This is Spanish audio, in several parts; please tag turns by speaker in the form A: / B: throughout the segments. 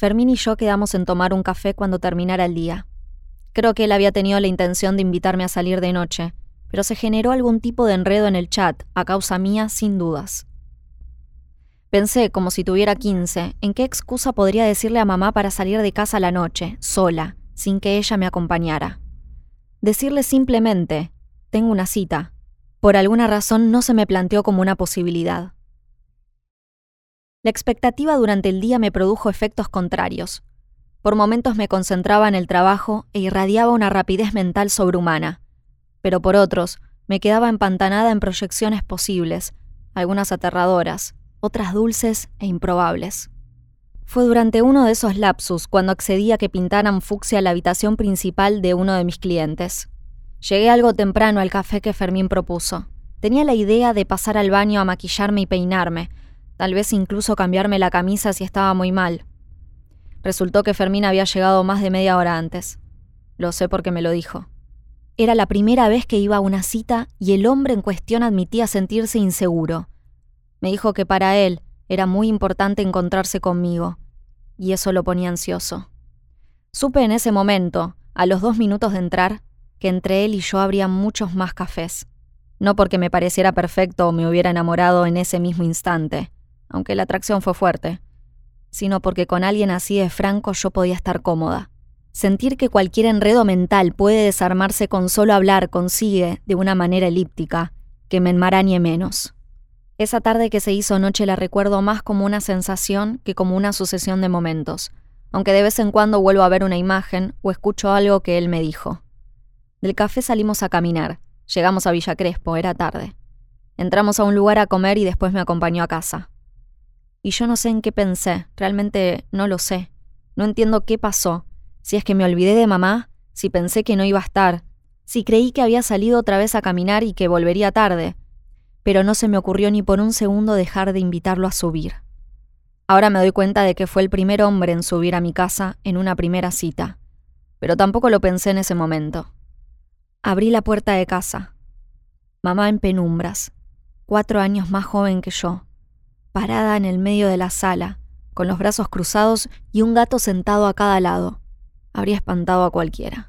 A: Fermín y yo quedamos en tomar un café cuando terminara el día. Creo que él había tenido la intención de invitarme a salir de noche, pero se generó algún tipo de enredo en el chat, a causa mía, sin dudas. Pensé, como si tuviera 15, en qué excusa podría decirle a mamá para salir de casa a la noche, sola, sin que ella me acompañara. Decirle simplemente, tengo una cita. Por alguna razón no se me planteó como una posibilidad. La expectativa durante el día me produjo efectos contrarios. Por momentos me concentraba en el trabajo e irradiaba una rapidez mental sobrehumana, pero por otros me quedaba empantanada en proyecciones posibles, algunas aterradoras, otras dulces e improbables. Fue durante uno de esos lapsus cuando accedí a que pintaran fucsia la habitación principal de uno de mis clientes. Llegué algo temprano al café que Fermín propuso. Tenía la idea de pasar al baño a maquillarme y peinarme, tal vez incluso cambiarme la camisa si estaba muy mal. Resultó que Fermín había llegado más de media hora antes. Lo sé porque me lo dijo. Era la primera vez que iba a una cita y el hombre en cuestión admitía sentirse inseguro. Me dijo que para él era muy importante encontrarse conmigo, y eso lo ponía ansioso. Supe en ese momento, a los 2 minutos de entrar, que entre él y yo habría muchos más cafés. No porque me pareciera perfecto o me hubiera enamorado en ese mismo instante, aunque la atracción fue fuerte, sino porque con alguien así de franco yo podía estar cómoda. Sentir que cualquier enredo mental puede desarmarse con solo hablar consigue, de una manera elíptica, que me enmarañe menos. Esa tarde que se hizo noche la recuerdo más como una sensación que como una sucesión de momentos, aunque de vez en cuando vuelvo a ver una imagen o escucho algo que él me dijo. Del café salimos a caminar, llegamos a Villa Crespo, era tarde. Entramos a un lugar a comer y después me acompañó a casa. Y yo no sé en qué pensé, realmente no lo sé. No entiendo qué pasó, si es que me olvidé de mamá, si pensé que no iba a estar, si creí que había salido otra vez a caminar y que volvería tarde, pero no se me ocurrió ni por un segundo dejar de invitarlo a subir. Ahora me doy cuenta de que fue el primer hombre en subir a mi casa en una primera cita, pero tampoco lo pensé en ese momento. Abrí la puerta de casa. Mamá en penumbras, 4 años más joven que yo, parada en el medio de la sala, con los brazos cruzados y un gato sentado a cada lado. Habría espantado a cualquiera.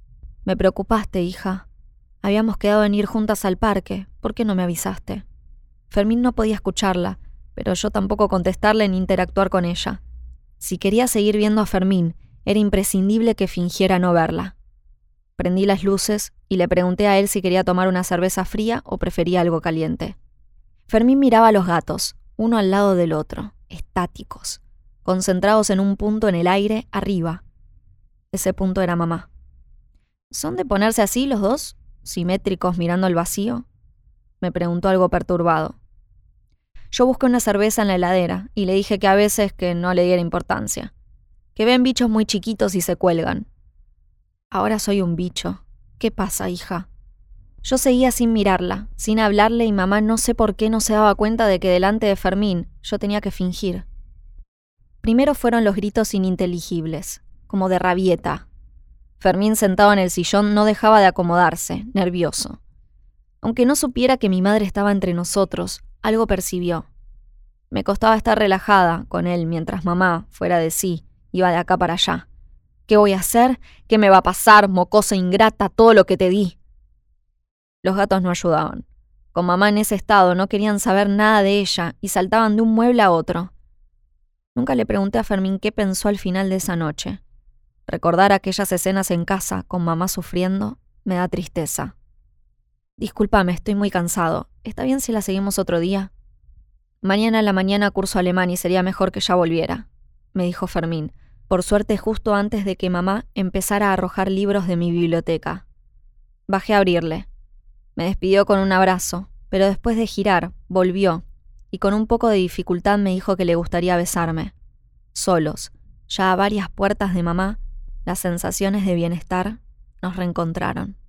A: Me preocupaste, hija. Habíamos quedado en ir juntas al parque. ¿Por qué no me avisaste? Fermín no podía escucharla, pero yo tampoco contestarle ni interactuar con ella. Si quería seguir viendo a Fermín, era imprescindible que fingiera no verla. Prendí las luces y le pregunté a él si quería tomar una cerveza fría o prefería algo caliente. Fermín miraba a los gatos, uno al lado del otro, estáticos, concentrados en un punto en el aire, arriba. Ese punto era mamá. ¿Son de ponerse así los dos, simétricos mirando al vacío? Me preguntó algo perturbado. Yo busqué una cerveza en la heladera y le dije que a veces que no le diera importancia, que ven bichos muy chiquitos y se cuelgan. Ahora soy un bicho. ¿Qué pasa, hija? Yo seguía sin mirarla, sin hablarle y mamá no sé por qué no se daba cuenta de que delante de Fermín yo tenía que fingir. Primero fueron los gritos ininteligibles, como de rabieta. Fermín sentado en el sillón no dejaba de acomodarse, nervioso. Aunque no supiera que mi madre estaba entre nosotros, algo percibió. Me costaba estar relajada con él mientras mamá, fuera de sí, iba de acá para allá. ¿Qué voy a hacer? ¿Qué me va a pasar, mocosa ingrata, todo lo que te di? Los gatos no ayudaban. Con mamá en ese estado no querían saber nada de ella y saltaban de un mueble a otro. Nunca le pregunté a Fermín qué pensó al final de esa noche. Recordar aquellas escenas en casa con mamá sufriendo me da tristeza. Discúlpame, estoy muy cansado. ¿Está bien si la seguimos otro día? Mañana a la mañana curso alemán y sería mejor que ya volviera, me dijo Fermín, por suerte justo antes de que mamá empezara a arrojar libros de mi biblioteca. Bajé a abrirle. Me despidió con un abrazo, pero después de girar, volvió, y con un poco de dificultad me dijo que le gustaría besarme. Solos, ya a varias puertas de mamá, las sensaciones de bienestar nos reencontraron.